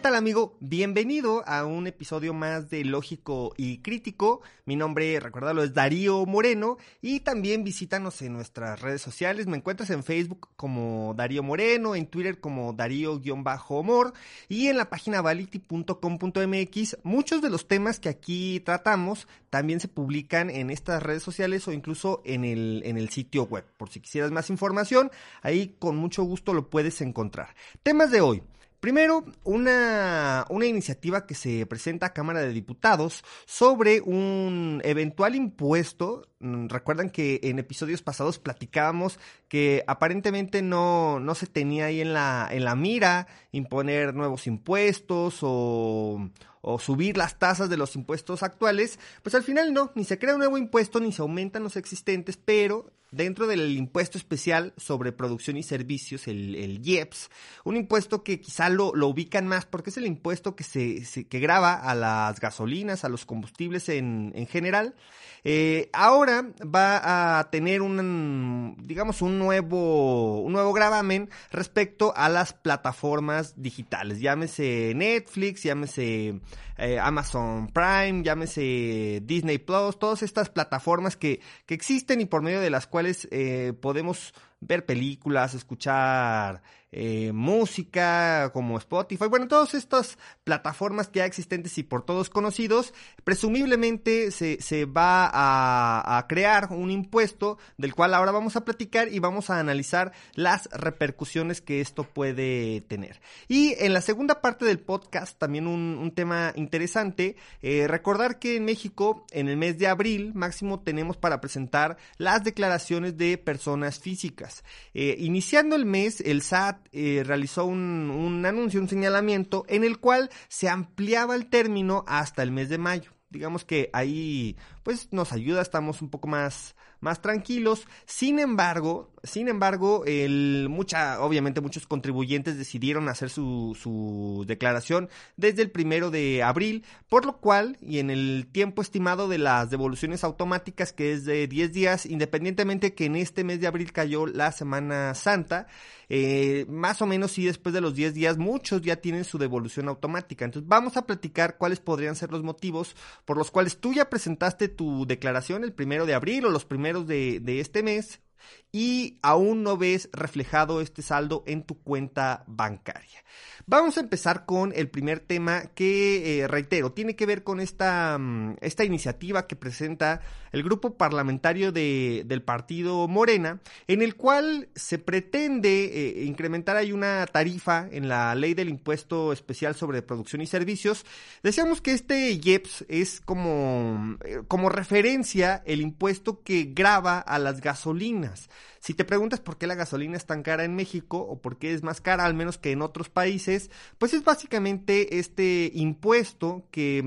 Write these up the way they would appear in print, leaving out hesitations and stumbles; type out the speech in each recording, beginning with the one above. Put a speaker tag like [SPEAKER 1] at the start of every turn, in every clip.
[SPEAKER 1] tal, amigo? Bienvenido a un episodio más de Lógico y Crítico. Mi nombre, recuérdalo, es Darío Moreno y también visítanos en nuestras redes sociales. Me encuentras en Facebook como Darío Moreno, en Twitter como Darío-Humor y en la página vality.com.mx. Muchos de los temas que aquí tratamos también se publican en estas redes sociales o incluso en el sitio web. Por si quisieras más información, ahí con mucho gusto lo puedes encontrar. Temas de hoy. Primero, una iniciativa que se presenta a Cámara de Diputados sobre un eventual impuesto. Recuerdan que en episodios pasados platicábamos que aparentemente no se tenía ahí en la mira imponer nuevos impuestos o subir las tasas de los impuestos actuales. Pues al final no, ni se crea un nuevo impuesto ni se aumentan los existentes, pero dentro del impuesto especial sobre producción y servicios, el IEPS, un impuesto que quizá lo ubican más porque es el impuesto que grava a las gasolinas, a los combustibles en general. Ahora va a tener un nuevo gravamen respecto a las plataformas digitales, llámese Netflix, llámese Amazon Prime, llámese Disney Plus, todas estas plataformas que existen y por medio de las cuales podemos ver películas, escuchar música como Spotify, bueno, todas estas plataformas ya existentes y por todos conocidos. Presumiblemente se va a crear un impuesto del cual ahora vamos a platicar y vamos a analizar las repercusiones que esto puede tener. Y en la segunda parte del podcast también un tema interesante, recordar que en México en el mes de abril máximo tenemos para presentar las declaraciones de personas físicas. Iniciando el mes, el SAT realizó un anuncio, un señalamiento en el cual se ampliaba el término hasta el mes de mayo. Digamos que ahí pues nos ayuda, estamos un poco más tranquilos. Sin embargo, obviamente muchos contribuyentes decidieron hacer su declaración desde el 1 de abril, por lo cual, y en el tiempo estimado de las devoluciones automáticas, que es de 10 días, independientemente que en este mes de abril cayó la Semana Santa, más o menos sí, después de los 10 días, muchos ya tienen su devolución automática. Entonces vamos a platicar cuáles podrían ser los motivos por los cuales tú ya presentaste tu declaración el 1 de abril o los primeros de este mes y aún no ves reflejado este saldo en tu cuenta bancaria. Vamos a empezar con el primer tema que, reitero, tiene que ver con esta iniciativa que presenta el grupo parlamentario del partido Morena, en el cual se pretende incrementar ahí una tarifa en la ley del impuesto especial sobre producción y servicios. Decíamos que este IEPS es como referencia el impuesto que grava a las gasolinas. Si te preguntas por qué la gasolina es tan cara en México o por qué es más cara al menos que en otros países, pues es básicamente este impuesto que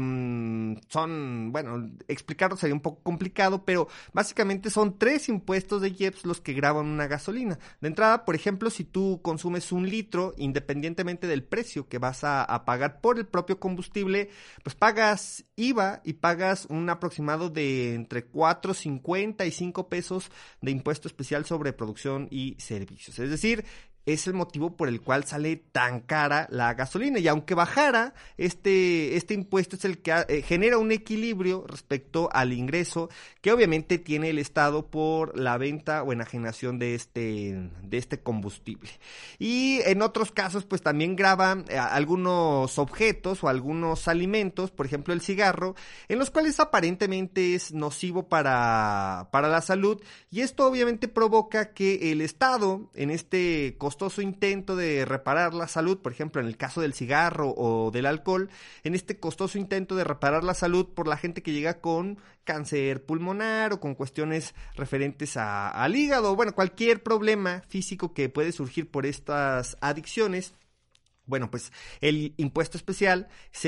[SPEAKER 1] explicarlo sería un poco complicado, pero básicamente son 3 impuestos de IEPS los que gravan una gasolina. De entrada, por ejemplo, si tú consumes 1 litro, independientemente del precio que vas a pagar por el propio combustible, pues pagas IVA y pagas un aproximado de entre 4.50 y 5 pesos de impuesto especial sobre producción y servicios. Es decir, es el motivo por el cual sale tan cara la gasolina, y aunque bajara, este impuesto es el que genera un equilibrio respecto al ingreso que obviamente tiene el Estado por la venta o enajenación de este combustible. Y en otros casos pues también grava algunos objetos o algunos alimentos, por ejemplo el cigarro, en los cuales aparentemente es nocivo para la salud, y esto obviamente provoca que el Estado, en este costoso intento de reparar la salud, por ejemplo en el caso del cigarro o del alcohol, en este costoso intento de reparar la salud por la gente que llega con cáncer pulmonar o con cuestiones referentes al hígado, bueno, cualquier problema físico que puede surgir por estas adicciones. Bueno, pues el impuesto especial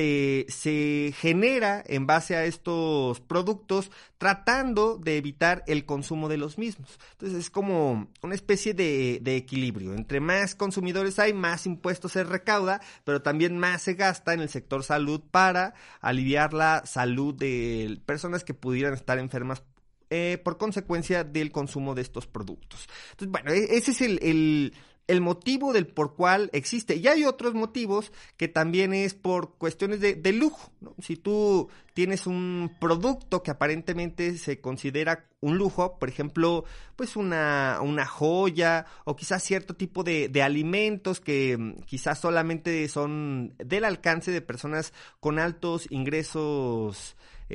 [SPEAKER 1] se genera en base a estos productos tratando de evitar el consumo de los mismos. Entonces es como una especie de equilibrio. Entre más consumidores hay, más impuestos se recauda, pero también más se gasta en el sector salud para aliviar la salud de personas que pudieran estar enfermas por consecuencia del consumo de estos productos. Entonces, bueno, ese es el motivo del por cual existe. Y hay otros motivos que también es por cuestiones de lujo, ¿no? Si tú tienes un producto que aparentemente se considera un lujo, por ejemplo, pues una joya o quizás cierto tipo de alimentos que quizás solamente son del alcance de personas con altos ingresos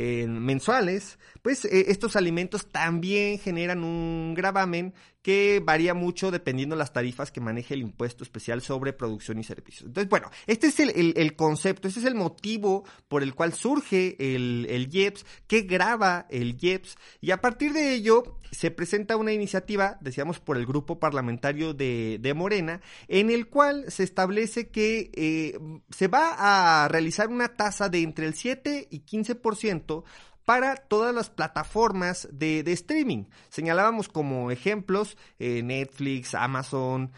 [SPEAKER 1] mensuales, pues estos alimentos también generan un gravamen que varía mucho dependiendo de las tarifas que maneje el impuesto especial sobre producción y servicios. Entonces, bueno, este es el concepto, este es el motivo por el cual surge el IEPS, que grava el IEPS, y a partir de ello se presenta una iniciativa, decíamos, por el grupo parlamentario de Morena, en el cual se establece que se va a realizar una tasa de entre el 7 y 15% para todas las plataformas de streaming. Señalábamos como ejemplos Netflix, Amazon,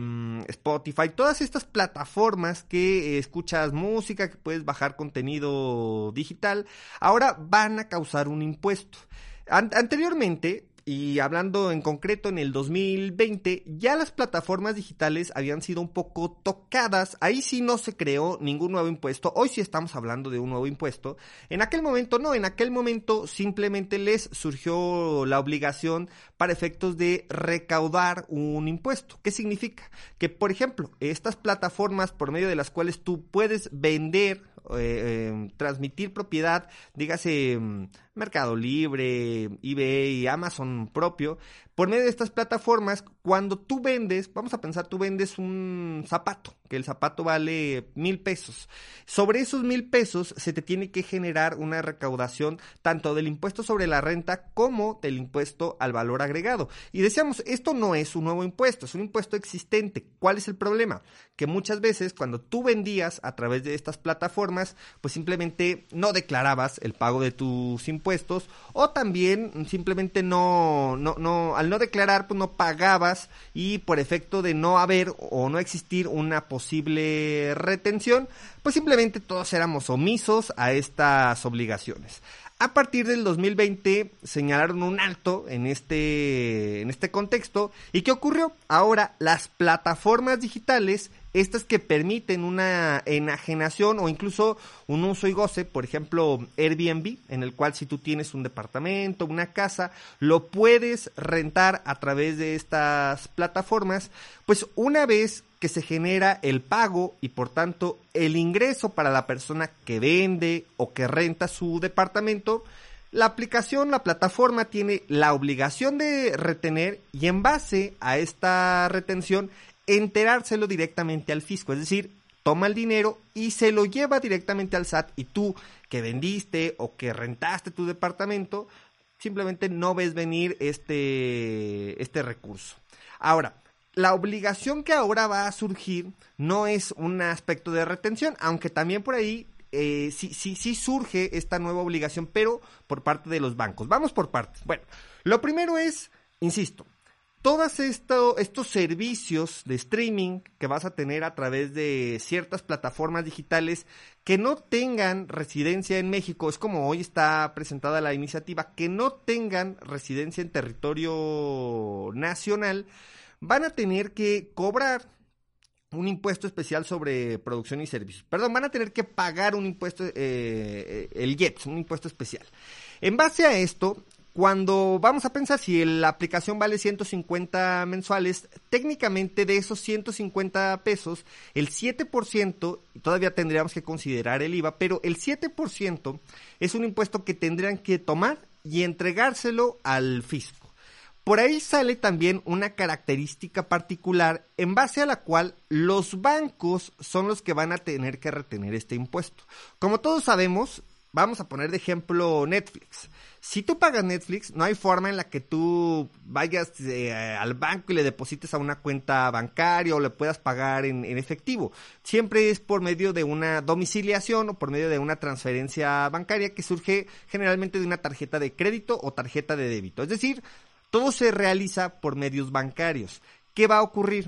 [SPEAKER 1] Spotify, todas estas plataformas que escuchas música, que puedes bajar contenido digital, ahora van a causar un impuesto. Anteriormente, y hablando en concreto en el 2020, ya las plataformas digitales habían sido un poco tocadas. Ahí sí no se creó ningún nuevo impuesto. Hoy sí estamos hablando de un nuevo impuesto. En aquel momento no, en aquel momento simplemente les surgió la obligación para efectos de recaudar un impuesto. ¿Qué significa? Que, por ejemplo, estas plataformas por medio de las cuales tú puedes vender, transmitir propiedad, dígase Mercado Libre, eBay, Amazon propio, por medio de estas plataformas, cuando tú vendes, vamos a pensar, tú vendes un zapato, que el zapato vale 1,000 pesos. Sobre esos 1,000 pesos se te tiene que generar una recaudación tanto del impuesto sobre la renta como del impuesto al valor agregado. Y decíamos, esto no es un nuevo impuesto, es un impuesto existente. ¿Cuál es el problema? Que muchas veces cuando tú vendías a través de estas plataformas, pues simplemente no declarabas el pago de tus impuestos, o también simplemente al no declarar, pues no pagabas, y por efecto de no haber o no existir una posible retención, pues simplemente todos éramos omisos a estas obligaciones. A partir del 2020 señalaron un alto en este contexto. ¿Y qué ocurrió? Ahora las plataformas digitales, estas que permiten una enajenación o incluso un uso y goce, por ejemplo Airbnb, en el cual si tú tienes un departamento, una casa, lo puedes rentar a través de estas plataformas, pues una vez que se genera el pago y por tanto el ingreso para la persona que vende o que renta su departamento, la plataforma tiene la obligación de retener, y en base a esta retención enterárselo directamente al fisco, es decir, toma el dinero y se lo lleva directamente al SAT, y tú que vendiste o que rentaste tu departamento simplemente no ves venir este recurso. Ahora, la obligación que ahora va a surgir no es un aspecto de retención, aunque también por ahí sí surge esta nueva obligación, pero por parte de los bancos. Vamos por partes. Bueno, lo primero es, insisto, todos estos servicios de streaming que vas a tener a través de ciertas plataformas digitales que no tengan residencia en México, es como hoy está presentada la iniciativa, que no tengan residencia en territorio nacional, van a tener que cobrar un impuesto especial sobre producción y servicios. Perdón, van a tener que pagar un impuesto, el IEPS, un impuesto especial. En base a esto, cuando vamos a pensar si la aplicación vale 150 mensuales, técnicamente de esos 150 pesos, el 7%, todavía tendríamos que considerar el IVA, pero el 7% es un impuesto que tendrían que tomar y entregárselo al fisco. Por ahí sale también una característica particular en base a la cual los bancos son los que van a tener que retener este impuesto. Como todos sabemos, vamos a poner de ejemplo Netflix. Si tú pagas Netflix, no hay forma en la que tú vayas al banco y le deposites a una cuenta bancaria o le puedas pagar en efectivo. Siempre es por medio de una domiciliación o por medio de una transferencia bancaria que surge generalmente de una tarjeta de crédito o tarjeta de débito. Es decir, todo se realiza por medios bancarios. ¿Qué va a ocurrir?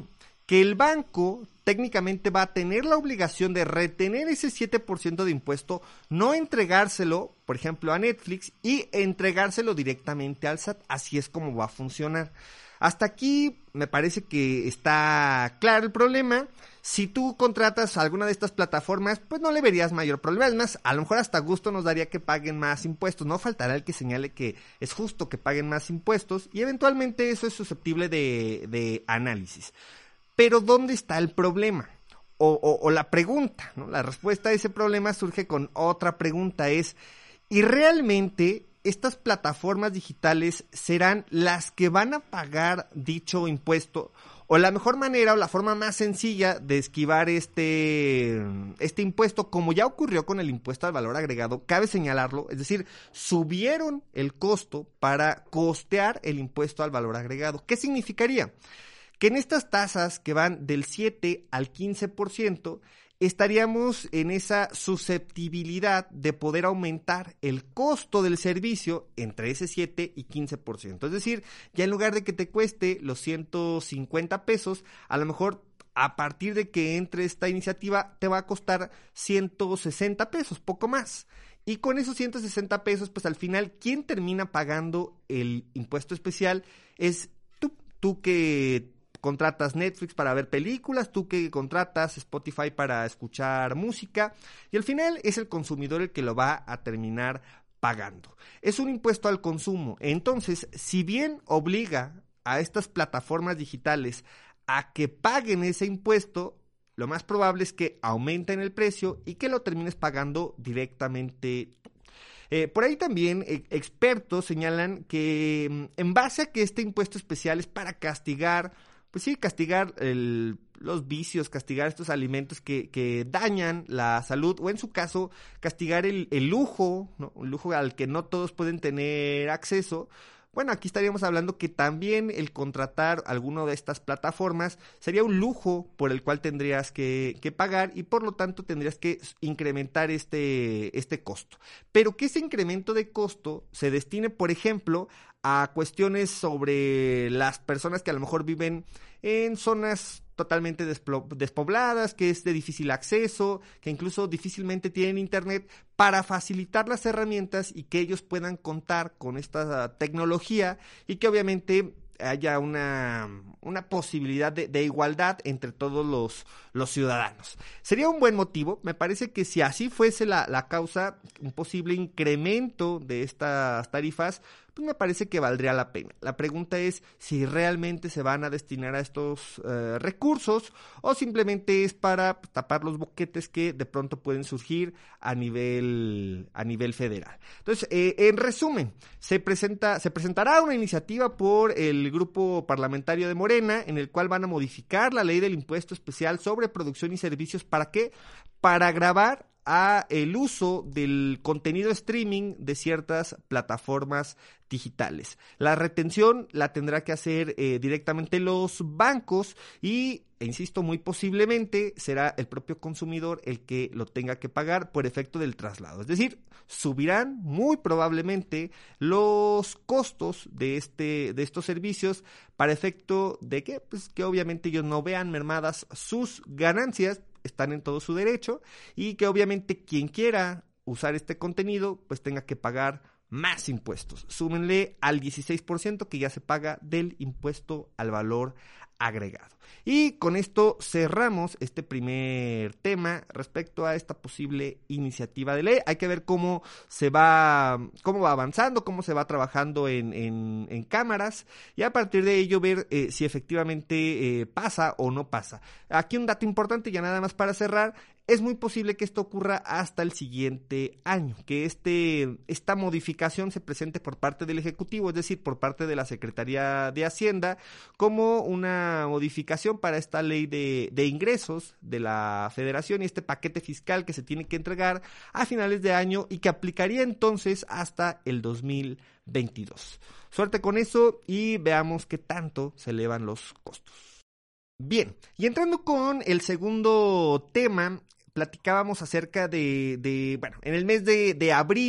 [SPEAKER 1] que el banco técnicamente va a tener la obligación de retener ese 7% de impuesto, no entregárselo, por ejemplo, a Netflix y entregárselo directamente al SAT. Así es como va a funcionar. Hasta aquí me parece que está claro el problema. Si tú contratas alguna de estas plataformas, pues no le verías mayor problema. Es más, a lo mejor hasta gusto nos daría que paguen más impuestos. No faltará el que señale que es justo que paguen más impuestos y eventualmente eso es susceptible de análisis. Pero ¿dónde está el problema? O la pregunta, ¿no? La respuesta a ese problema surge con otra pregunta, ¿y realmente estas plataformas digitales serán las que van a pagar dicho impuesto? O la mejor manera o la forma más sencilla de esquivar este impuesto, como ya ocurrió con el impuesto al valor agregado, cabe señalarlo, es decir, subieron el costo para costear el impuesto al valor agregado. ¿Qué significaría? Que en estas tasas que van del 7 al 15%, estaríamos en esa susceptibilidad de poder aumentar el costo del servicio entre ese 7 y 15%. Es decir, ya en lugar de que te cueste los 150 pesos, a lo mejor a partir de que entre esta iniciativa te va a costar 160 pesos, poco más. Y con esos 160 pesos, pues al final, quien termina pagando el impuesto especial es tú que contratas Netflix para ver películas, tú que contratas Spotify para escuchar música, y al final es el consumidor el que lo va a terminar pagando. Es un impuesto al consumo. Entonces, si bien obliga a estas plataformas digitales a que paguen ese impuesto, lo más probable es que aumenten el precio y que lo termines pagando directamente tú. Por ahí también expertos señalan que en base a que este impuesto especial es para castigar, pues sí, castigar los vicios, castigar estos alimentos que dañan la salud, o en su caso, castigar el lujo, ¿no? Un lujo al que no todos pueden tener acceso. Bueno, aquí estaríamos hablando que también el contratar alguna de estas plataformas sería un lujo por el cual tendrías que pagar y por lo tanto tendrías que incrementar este costo. Pero que ese incremento de costo se destine, por ejemplo, a cuestiones sobre las personas que a lo mejor viven en zonas totalmente despobladas, que es de difícil acceso, que incluso difícilmente tienen internet, para facilitar las herramientas y que ellos puedan contar con esta tecnología y que obviamente haya una posibilidad de igualdad entre todos los ciudadanos. Sería un buen motivo. Me parece que si así fuese la causa, un posible incremento de estas tarifas, pues me parece que valdría la pena. La pregunta es si realmente se van a destinar a estos recursos o simplemente es para tapar los boquetes que de pronto pueden surgir a nivel federal. Entonces, en resumen, se presentará una iniciativa por el grupo parlamentario de Morena en el cual van a modificar la ley del impuesto especial sobre producción y servicios. ¿Para qué? Para gravar a el uso del contenido streaming de ciertas plataformas digitales. La retención la tendrá que hacer directamente los bancos e insisto, muy posiblemente será el propio consumidor el que lo tenga que pagar por efecto del traslado. Es decir, subirán muy probablemente los costos de estos servicios para efecto de que, pues, que obviamente ellos no vean mermadas sus ganancias, están en todo su derecho, y que obviamente quien quiera usar este contenido pues tenga que pagar más impuestos. Súmenle al 16% que ya se paga del impuesto al valor agregado. Y con esto cerramos este primer tema respecto a esta posible iniciativa de ley. Hay que ver cómo va avanzando, cómo se va trabajando en cámaras y a partir de ello ver si efectivamente pasa o no pasa. Aquí un dato importante, ya nada más para cerrar. Es muy posible que esto ocurra hasta el siguiente año, que esta modificación se presente por parte del Ejecutivo, es decir, por parte de la Secretaría de Hacienda, como una modificación para esta ley de ingresos de la Federación y este paquete fiscal que se tiene que entregar a finales de año y que aplicaría entonces hasta el 2022. Suerte con eso y veamos qué tanto se elevan los costos. Bien, y entrando con el segundo tema, platicábamos acerca bueno, en el mes de abril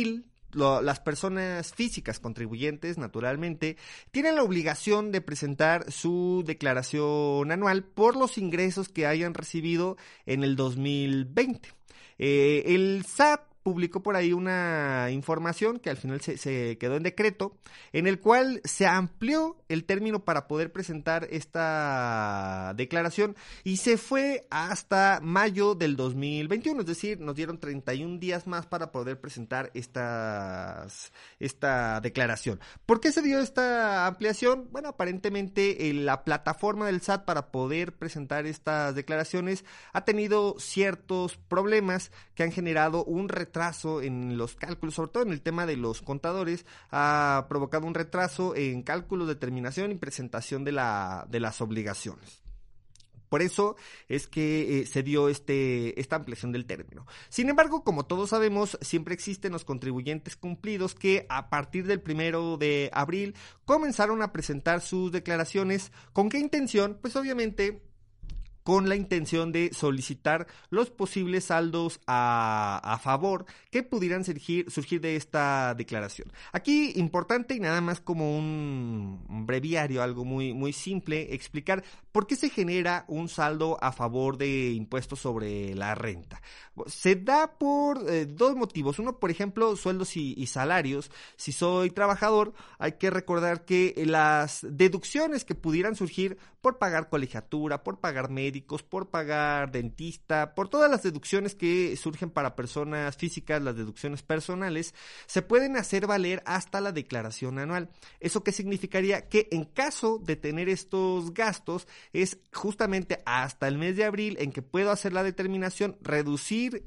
[SPEAKER 1] las personas físicas contribuyentes, naturalmente, tienen la obligación de presentar su declaración anual por los ingresos que hayan recibido en el 2020. El SAT publicó por ahí una información que al final se quedó en decreto, en el cual se amplió el término para poder presentar esta declaración y se fue hasta mayo del 2021, es decir, nos dieron 31 días más para poder presentar esta declaración. ¿Por qué se dio esta ampliación? Bueno, aparentemente la plataforma del SAT para poder presentar estas declaraciones ha tenido ciertos problemas que han generado un retraso en los cálculos, sobre todo en el tema de los contadores, ha provocado un retraso en cálculos, determinación y presentación de las obligaciones. Por eso es que se dio esta ampliación del término. Sin embargo, como todos sabemos, siempre existen los contribuyentes cumplidos que a partir del 1 de abril comenzaron a presentar sus declaraciones. ¿Con qué intención? Pues obviamente con la intención de solicitar los posibles saldos a favor que pudieran surgir de esta declaración. Aquí, importante y nada más como un breviario, algo muy, muy simple, explicar por qué se genera un saldo a favor de impuestos sobre la renta. Se da por dos motivos. Uno, por ejemplo, sueldos y salarios. Si soy trabajador, hay que recordar que las deducciones que pudieran surgir por pagar colegiatura, por pagar médicos, por pagar dentista, por todas las deducciones que surgen para personas físicas, las deducciones personales, se pueden hacer valer hasta la declaración anual. ¿Eso qué significaría? Que en caso de tener estos gastos, es justamente hasta el mes de abril en que puedo hacer la determinación, reducir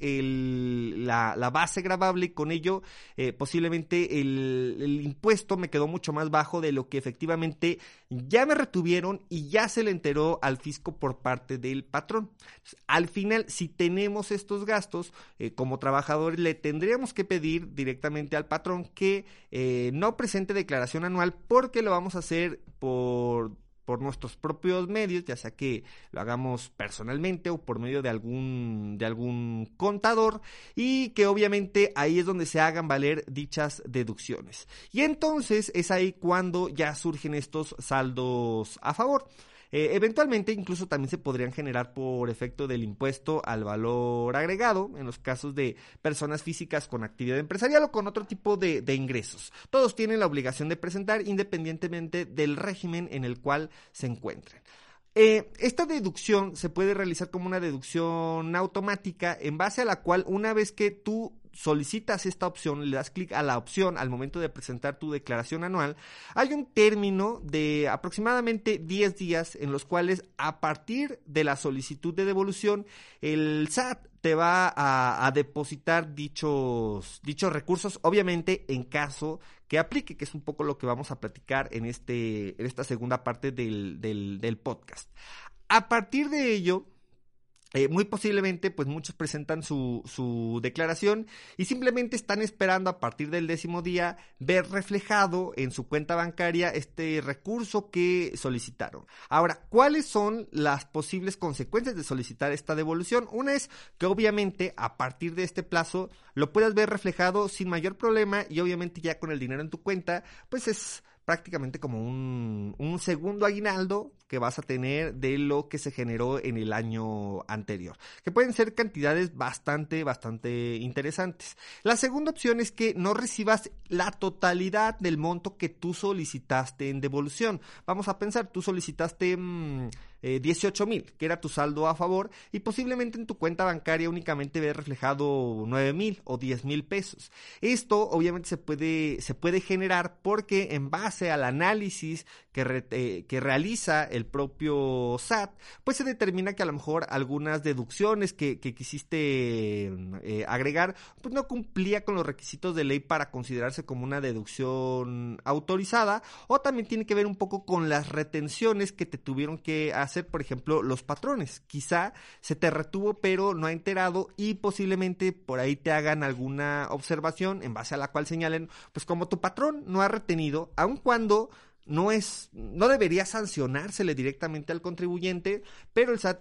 [SPEAKER 1] la base gravable y con ello posiblemente el impuesto me quedó mucho más bajo de lo que efectivamente ya me retuvieron y ya se le enteró al fisco por parte del patrón. Entonces, al final, si tenemos estos gastos, como trabajadores le tendríamos que pedir directamente al patrón que no presente declaración anual porque lo vamos a hacer por nuestros propios medios, ya sea que lo hagamos personalmente o por medio de algún contador, y que obviamente ahí es donde se hagan valer dichas deducciones. Y entonces es ahí cuando ya surgen estos saldos a favor. Eventualmente incluso también se podrían generar por efecto del impuesto al valor agregado en los casos de personas físicas con actividad empresarial o con otro tipo de ingresos. Todos tienen la obligación de presentar independientemente del régimen en el cual se encuentren. Esta deducción se puede realizar como una deducción automática en base a la cual una vez que tú solicitas esta opción, le das clic a la opción al momento de presentar tu declaración anual, hay un término de aproximadamente 10 días en los cuales a partir de la solicitud de devolución el SAT te va a depositar dichos recursos, obviamente en caso que aplique, que es un poco lo que vamos a platicar en esta segunda parte del podcast. A partir de ello, muy posiblemente, pues muchos presentan su declaración y simplemente están esperando a partir del 10º día ver reflejado en su cuenta bancaria este recurso que solicitaron. Ahora, ¿cuáles son las posibles consecuencias de solicitar esta devolución? Una es que obviamente a partir de este plazo lo puedas ver reflejado sin mayor problema y obviamente ya con el dinero en tu cuenta, pues es prácticamente como un segundo aguinaldo que vas a tener de lo que se generó en el año anterior, que pueden ser cantidades bastante interesantes. La segunda opción es que no recibas la totalidad del monto que tú solicitaste en devolución. Vamos a pensar, tú solicitaste 18,000, que era tu saldo a favor, y posiblemente en tu cuenta bancaria únicamente ves reflejado 9,000 o 10,000 pesos. Esto obviamente se puede generar porque en base al análisis que realiza el propio SAT, pues se determina que a lo mejor algunas deducciones que quisiste agregar, pues no cumplía con los requisitos de ley para considerarse como una deducción autorizada, o también tiene que ver un poco con las retenciones que te tuvieron que hacer, por ejemplo, los patrones. Quizá se te retuvo pero no ha enterado y posiblemente por ahí te hagan alguna observación en base a la cual señalen, pues como tu patrón no ha retenido, aun cuando no debería sancionársele directamente al contribuyente, pero el SAT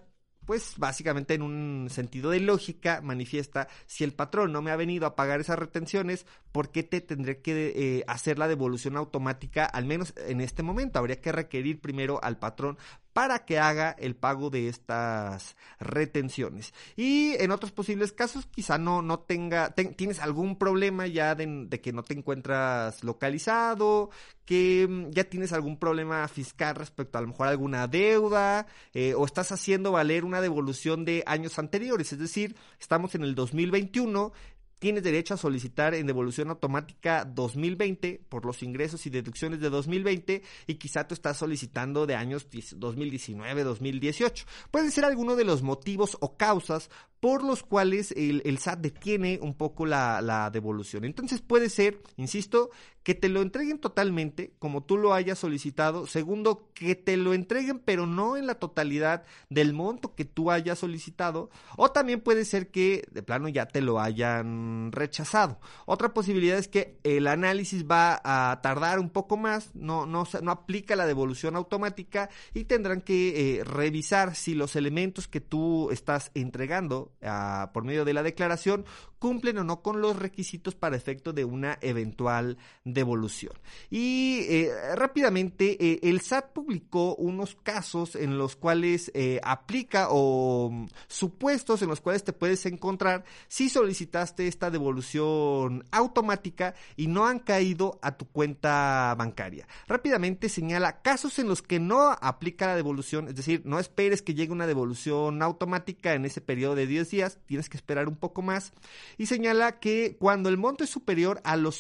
[SPEAKER 1] pues básicamente en un sentido de lógica manifiesta, si el patrón no me ha venido a pagar esas retenciones, ¿por qué te tendré que hacer la devolución automática? Al menos en este momento habría que requerir primero al patrón para que haga el pago de estas retenciones. Y en otros posibles casos, quizá no tienes algún problema ya de que no te encuentras localizado, que ya tienes algún problema fiscal respecto a lo mejor alguna deuda, o estás haciendo valer una devolución de años anteriores, es decir, estamos en el 2021, tienes derecho a solicitar en devolución automática 2020 por los ingresos y deducciones de 2020 y quizá tú estás solicitando de años 2019, 2018. Puede ser alguno de los motivos o causas por los cuales el SAT detiene un poco la devolución. Entonces puede ser, insisto, que te lo entreguen totalmente como tú lo hayas solicitado. Segundo, que te lo entreguen pero no en la totalidad del monto que tú hayas solicitado. O también puede ser que de plano ya te lo hayan rechazado. Otra posibilidad es que el análisis va a tardar un poco más, no aplica la devolución automática y tendrán que revisar si los elementos que tú estás entregando por medio de la declaración cumplen o no con los requisitos para efecto de una eventual devolución. Y rápidamente, el SAT publicó unos casos en los cuales aplica o supuestos en los cuales te puedes encontrar si solicitaste esta devolución automática y no han caído a tu cuenta bancaria. Rápidamente señala casos en los que no aplica la devolución, es decir, no esperes que llegue una devolución automática en ese periodo de 10 días, tienes que esperar un poco más. Y señala que cuando el monto es superior a los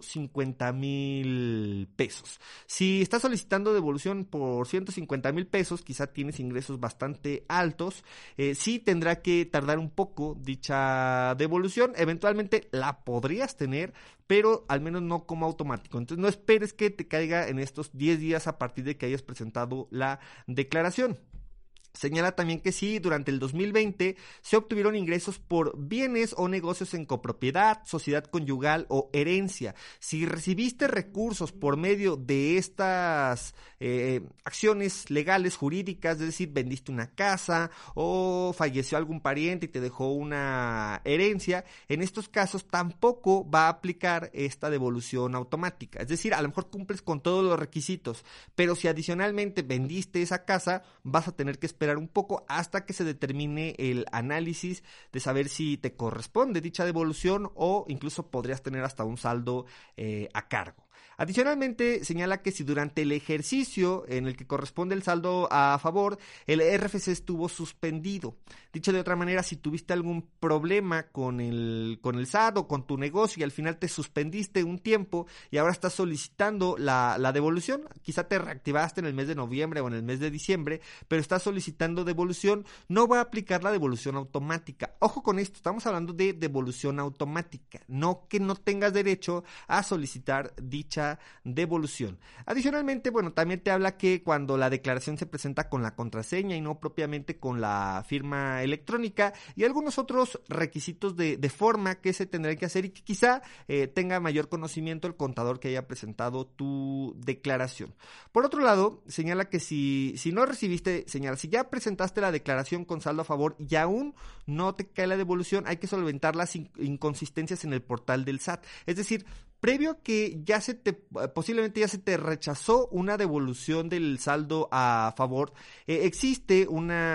[SPEAKER 1] 150,000 pesos. Si estás solicitando devolución por 150,000 pesos, quizá tienes ingresos bastante altos, sí tendrá que tardar un poco dicha devolución. Eventualmente la podrías tener, pero al menos no como automático. Entonces no esperes que te caiga en estos 10 días a partir de que hayas presentado la declaración. Señala también que si durante el 2020 se obtuvieron ingresos por bienes o negocios en copropiedad, sociedad conyugal o herencia. Si recibiste recursos por medio de estas acciones legales, jurídicas, es decir, vendiste una casa o falleció algún pariente y te dejó una herencia, en estos casos tampoco va a aplicar esta devolución automática. Es decir, a lo mejor cumples con todos los requisitos, pero si adicionalmente vendiste esa casa, vas a tener que esperar un poco hasta que se determine el análisis de saber si te corresponde dicha devolución o incluso podrías tener hasta un saldo a cargo. Adicionalmente, señala que si durante el ejercicio en el que corresponde el saldo a favor, el RFC estuvo suspendido. Dicho de otra manera, si tuviste algún problema con el SAT o con tu negocio y al final te suspendiste un tiempo y ahora estás solicitando la devolución, quizá te reactivaste en el mes de noviembre o en el mes de diciembre, pero estás solicitando devolución, no va a aplicar la devolución automática. Ojo con esto, estamos hablando de devolución automática, no que no tengas derecho a solicitar dicha devolución. Adicionalmente, bueno, también te habla que cuando la declaración se presenta con la contraseña y no propiamente con la firma electrónica y algunos otros requisitos de forma que se tendrán que hacer y que quizá tenga mayor conocimiento el contador que haya presentado tu declaración. Por otro lado, señala que si no recibiste, señala, si ya presentaste la declaración con saldo a favor y aún no te cae la devolución, hay que solventar las inconsistencias en el portal del SAT. Es decir, previo a que posiblemente ya se te rechazó una devolución del saldo a favor, existe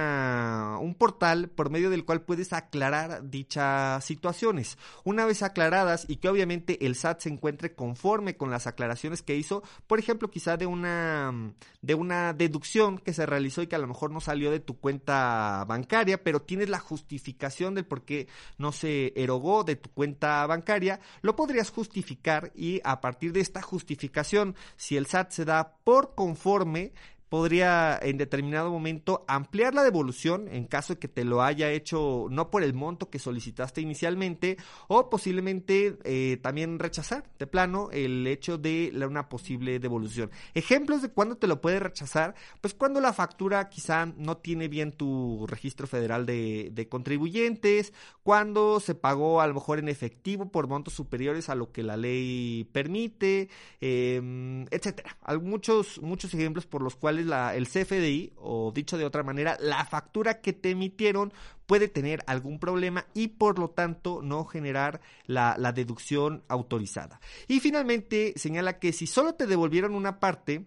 [SPEAKER 1] un portal por medio del cual puedes aclarar dichas situaciones. Una vez aclaradas y que obviamente el SAT se encuentre conforme con las aclaraciones que hizo, por ejemplo, quizá de una deducción que se realizó y que a lo mejor no salió de tu cuenta bancaria, pero tienes la justificación del por qué no se erogó de tu cuenta bancaria, lo podrías justificar y a partir de esta justificación, si el SAT se da por conforme, podría en determinado momento ampliar la devolución en caso de que te lo haya hecho no por el monto que solicitaste inicialmente o posiblemente también rechazar de plano el hecho de una posible devolución. Ejemplos de cuándo te lo puede rechazar, pues cuando la factura quizá no tiene bien tu registro federal de contribuyentes, cuando se pagó a lo mejor en efectivo por montos superiores a lo que la ley permite, etcétera. Hay muchos ejemplos por los cuales cuales el CFDI, o dicho de otra manera, la factura que te emitieron puede tener algún problema y por lo tanto no generar la deducción autorizada. Y finalmente señala que si solo te devolvieron una parte,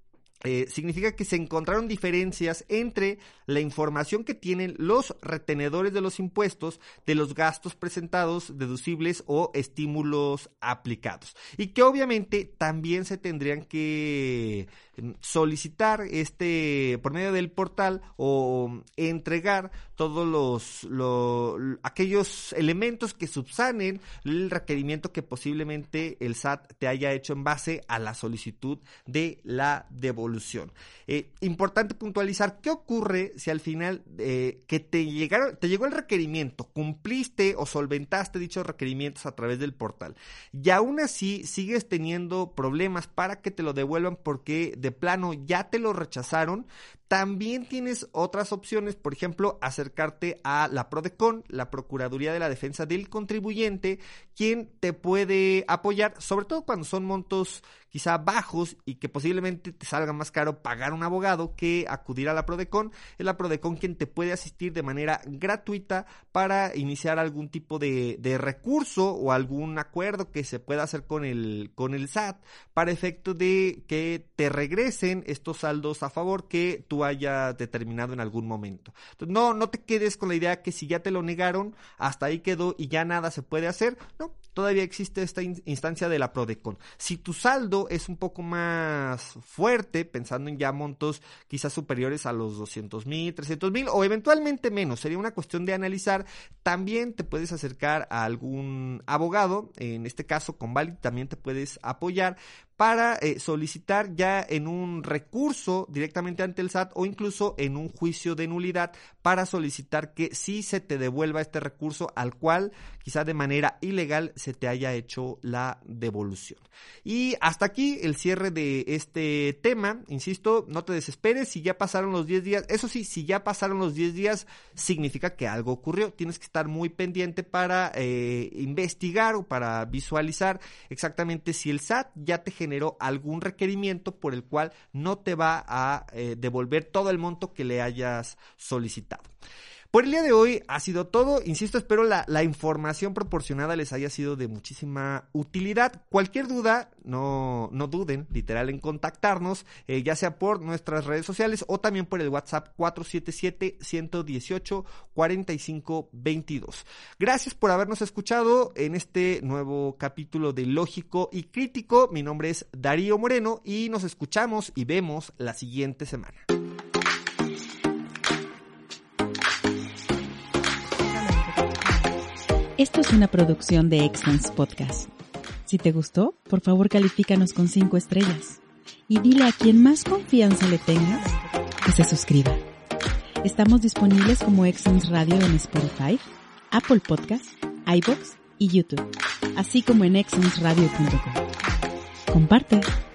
[SPEAKER 1] significa que se encontraron diferencias entre la información que tienen los retenedores de los impuestos de los gastos presentados, deducibles o estímulos aplicados, y que obviamente también se tendrían que solicitar por medio del portal o entregar todos aquellos elementos que subsanen el requerimiento que posiblemente el SAT te haya hecho en base a la solicitud de la devolución. Importante puntualizar qué ocurre si al final que te llegó el requerimiento, cumpliste o solventaste dichos requerimientos a través del portal y aún así sigues teniendo problemas para que te lo devuelvan porque de plano ya te lo rechazaron. También tienes otras opciones, por ejemplo, acercarte a la PRODECON, la Procuraduría de la Defensa del Contribuyente, quien te puede apoyar, sobre todo cuando son montos quizá bajos y que posiblemente te salga más caro pagar un abogado que acudir a la PRODECON. Es la PRODECON quien te puede asistir de manera gratuita para iniciar algún tipo de recurso o algún acuerdo que se pueda hacer con el SAT para efecto de que te regresen estos saldos a favor que tú hayas determinado en algún momento. Entonces, no te quedes con la idea que si ya te lo negaron, hasta ahí quedó y ya nada se puede hacer. No, todavía existe esta instancia de la PRODECON. Si tu saldo es un poco más fuerte, pensando en ya montos quizás superiores a los 200,000, 300,000 o eventualmente menos, sería una cuestión de analizar. También te puedes acercar a algún abogado, en este caso Convalid también te puedes apoyar para solicitar ya en un recurso directamente ante el SAT o incluso en un juicio de nulidad para solicitar que sí se te devuelva este recurso al cual quizá de manera ilegal se te haya hecho la devolución. Y hasta aquí el cierre de este tema. Insisto, no te desesperes si ya pasaron los 10 días. Eso sí, si ya pasaron los 10 días significa que algo ocurrió. Tienes que estar muy pendiente para investigar o para visualizar exactamente si el SAT ya te generó algún requerimiento por el cual no te va a devolver todo el monto que le hayas solicitado. Por el día de hoy ha sido todo. Insisto, espero la información proporcionada les haya sido de muchísima utilidad. Cualquier duda, no duden, literal, en contactarnos, ya sea por nuestras redes sociales o también por el WhatsApp 477-118-4522. Gracias por habernos escuchado en este nuevo capítulo de Lógico y Crítico. Mi nombre es Darío Moreno y nos escuchamos y vemos la siguiente semana.
[SPEAKER 2] Esto es una producción de Extens Podcast. Si te gustó, por favor califícanos con 5 estrellas y dile a quien más confianza le tengas que se suscriba. Estamos disponibles como Extens Radio en Spotify, Apple Podcasts, iVoox y YouTube, así como en extensradio.com. Comparte.